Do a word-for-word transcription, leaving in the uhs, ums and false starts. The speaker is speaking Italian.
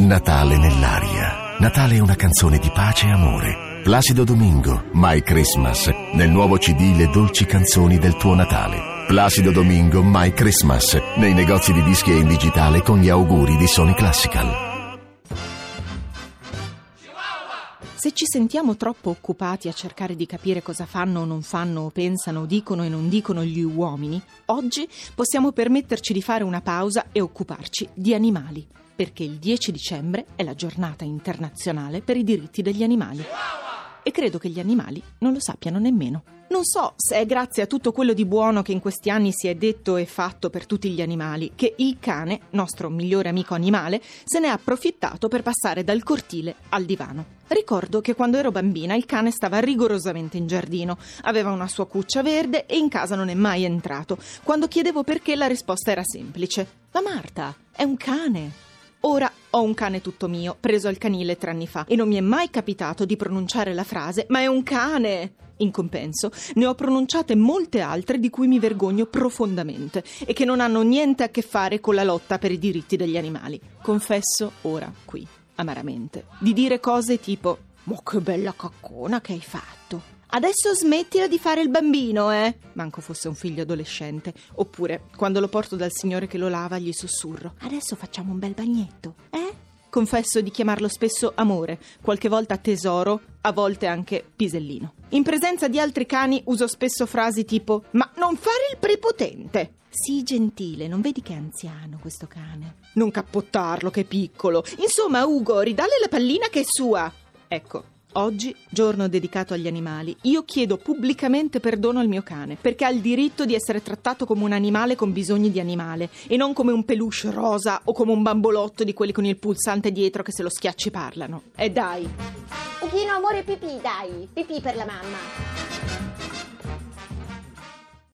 Natale nell'aria. Natale è una canzone di pace e amore. Placido Domingo, My Christmas, nel nuovo C D Le dolci canzoni del tuo Natale. Placido Domingo, My Christmas, nei negozi di dischi e in digitale con gli auguri di Sony Classical. Se ci sentiamo troppo occupati a cercare di capire cosa fanno o non fanno o pensano o dicono e non dicono gli uomini, oggi possiamo permetterci di fare una pausa e occuparci di animali, perché il dieci dicembre è la giornata internazionale per i diritti degli animali. E credo che gli animali non lo sappiano nemmeno. Non so se è grazie a tutto quello di buono che in questi anni si è detto e fatto per tutti gli animali che il cane, nostro migliore amico animale, se ne è approfittato per passare dal cortile al divano. Ricordo che quando ero bambina il cane stava rigorosamente in giardino, aveva una sua cuccia verde e in casa non è mai entrato. Quando chiedevo perché la risposta era semplice: ma Marta, è un cane. Ora ho un cane tutto mio, preso al canile tre anni fa, e non mi è mai capitato di pronunciare la frase «ma è un cane». In compenso, ne ho pronunciate molte altre di cui mi vergogno profondamente e che non hanno niente a che fare con la lotta per i diritti degli animali. Confesso ora, qui, amaramente, di dire cose tipo «ma che bella caccona che hai fatto! Adesso smettila di fare il bambino, eh!» Manco fosse un figlio adolescente. Oppure, quando lo porto dal signore che lo lava, gli sussurro «adesso facciamo un bel bagnetto, eh?» Confesso di chiamarlo spesso amore, qualche volta tesoro, a volte anche pisellino. In presenza di altri cani uso spesso frasi tipo «ma non fare il prepotente!» «Sii gentile, non vedi che è anziano questo cane?» «Non cappottarlo, che è piccolo!» «Insomma, Ugo, ridalle la pallina che è sua!» Ecco, oggi, giorno dedicato agli animali, io chiedo pubblicamente perdono al mio cane, perché ha il diritto di essere trattato come un animale con bisogni di animale e non come un peluche rosa o come un bambolotto di quelli con il pulsante dietro che se lo schiacci parlano. E dai! Uchino, amore, pipì, dai! Pipì per la mamma!